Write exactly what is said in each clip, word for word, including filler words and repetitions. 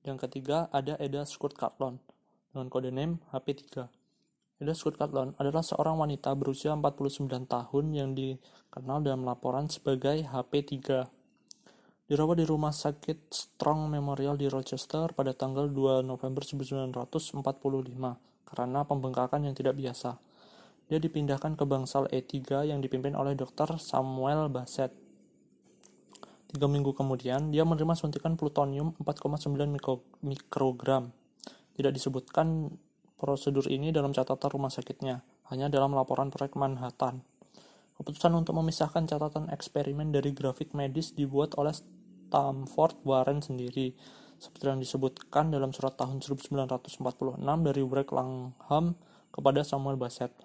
Yang ketiga ada Eda Scott-Catlon dengan kode name H P tiga. Eda Scott-Catlon adalah seorang wanita berusia empat puluh sembilan tahun yang dikenal dalam laporan sebagai H P tiga. Dirawat di Rumah Sakit Strong Memorial di Rochester pada tanggal dua November seribu sembilan ratus empat puluh lima karena pembengkakan yang tidak biasa. Dia dipindahkan ke bangsal E tiga yang dipimpin oleh dokter Samuel Bassett. Tiga minggu kemudian, dia menerima suntikan plutonium empat koma sembilan mikrogram. Tidak disebutkan prosedur ini dalam catatan rumah sakitnya, hanya dalam laporan proyek Manhattan. Keputusan untuk memisahkan catatan eksperimen dari grafik medis dibuat oleh Stamford Warren sendiri, seperti yang disebutkan dalam surat tahun seribu sembilan ratus empat puluh enam dari Wreck Langham kepada Samuel Bassett.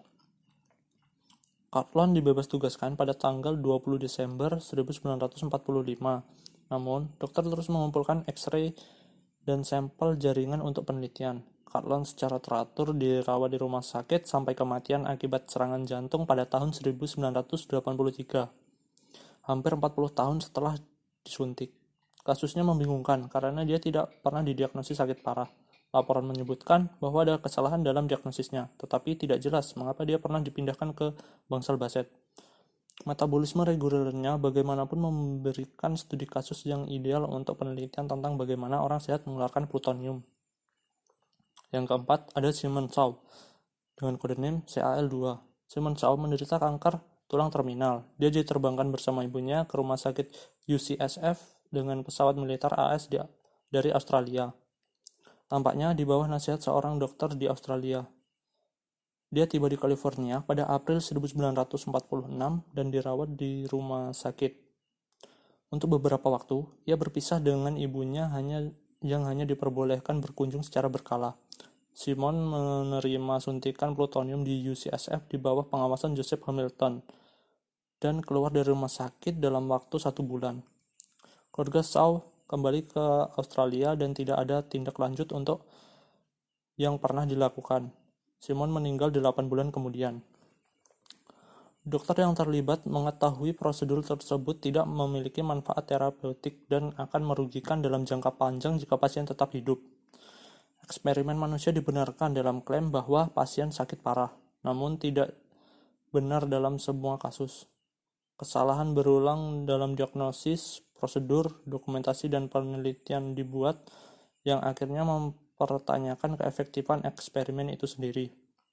Catlon dibebas tugaskan pada tanggal dua puluh Desember seribu sembilan ratus empat puluh lima. Namun, dokter terus mengumpulkan X-ray dan sampel jaringan untuk penelitian. Catlon secara teratur dirawat di rumah sakit sampai kematian akibat serangan jantung pada tahun seribu sembilan ratus delapan puluh tiga, hampir empat puluh tahun setelah disuntik. Kasusnya membingungkan karena dia tidak pernah didiagnosis sakit parah. Laporan menyebutkan bahwa ada kesalahan dalam diagnosisnya, tetapi tidak jelas mengapa dia pernah dipindahkan ke bangsal Bassett. Metabolisme regulernya bagaimanapun memberikan studi kasus yang ideal untuk penelitian tentang bagaimana orang sehat mengeluarkan plutonium. Yang keempat, ada Simon Chow dengan kode name C A L dua. Simon Chow menderita kanker tulang terminal. Dia diterbangkan bersama ibunya ke rumah sakit U C S F dengan pesawat militer A S dari Australia. Tampaknya di bawah nasihat seorang dokter di Australia. Dia tiba di California pada April seribu sembilan ratus empat puluh enam dan dirawat di rumah sakit. Untuk beberapa waktu, ia berpisah dengan ibunya hanya yang hanya diperbolehkan berkunjung secara berkala. Simon menerima suntikan plutonium di U C S F di bawah pengawasan Joseph Hamilton dan keluar dari rumah sakit dalam waktu satu bulan. Keluarga Chow kembali ke Australia dan tidak ada tindak lanjut untuk yang pernah dilakukan. Simon meninggal delapan bulan kemudian. Dokter yang terlibat mengetahui prosedur tersebut tidak memiliki manfaat terapeutik dan akan merugikan dalam jangka panjang jika pasien tetap hidup. Eksperimen manusia dibenarkan dalam klaim bahwa pasien sakit parah, namun tidak benar dalam semua kasus. Kesalahan berulang dalam diagnosis, prosedur, dokumentasi, dan penelitian dibuat yang akhirnya mempertanyakan keefektifan eksperimen itu sendiri.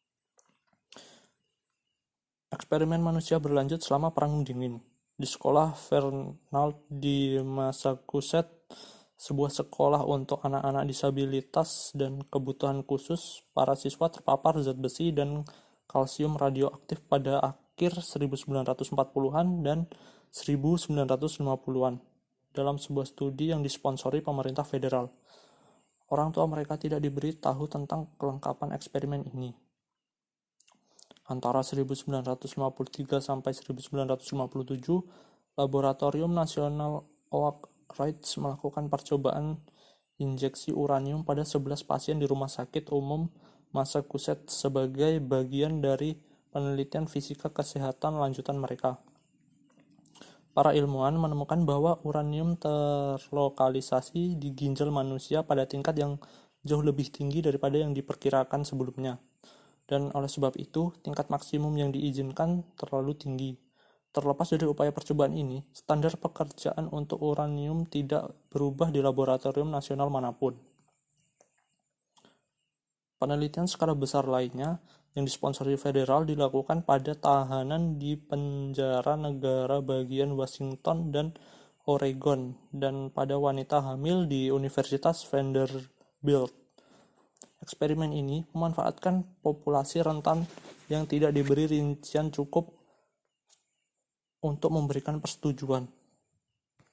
Eksperimen manusia berlanjut selama Perang Dingin. Di sekolah Fernald di Massachusetts, sebuah sekolah untuk anak-anak disabilitas dan kebutuhan khusus, para siswa terpapar zat besi dan kalsium radioaktif pada akhir seribu sembilan ratus empat puluhan dan seribu sembilan ratus lima puluhan dalam sebuah studi yang disponsori pemerintah federal. Orang tua mereka tidak diberi tahu tentang kelengkapan eksperimen ini. Antara seribu sembilan ratus lima puluh tiga sampai seribu sembilan ratus lima puluh tujuh, Laboratorium Nasional Oak Ridge melakukan percobaan injeksi uranium pada sebelas pasien di Rumah Sakit Umum Massachusetts sebagai bagian dari penelitian fisika kesehatan lanjutan mereka. Para ilmuwan menemukan bahwa uranium terlokalisasi di ginjal manusia pada tingkat yang jauh lebih tinggi daripada yang diperkirakan sebelumnya. Dan oleh sebab itu, tingkat maksimum yang diizinkan terlalu tinggi. Terlepas dari upaya percobaan ini, standar pekerjaan untuk uranium tidak berubah di laboratorium nasional manapun. Penelitian skala besar lainnya yang disponsori federal dilakukan pada tahanan di penjara negara bagian Washington dan Oregon dan pada wanita hamil di Universitas Vanderbilt. Eksperimen ini memanfaatkan populasi rentan yang tidak diberi rincian cukup untuk memberikan persetujuan.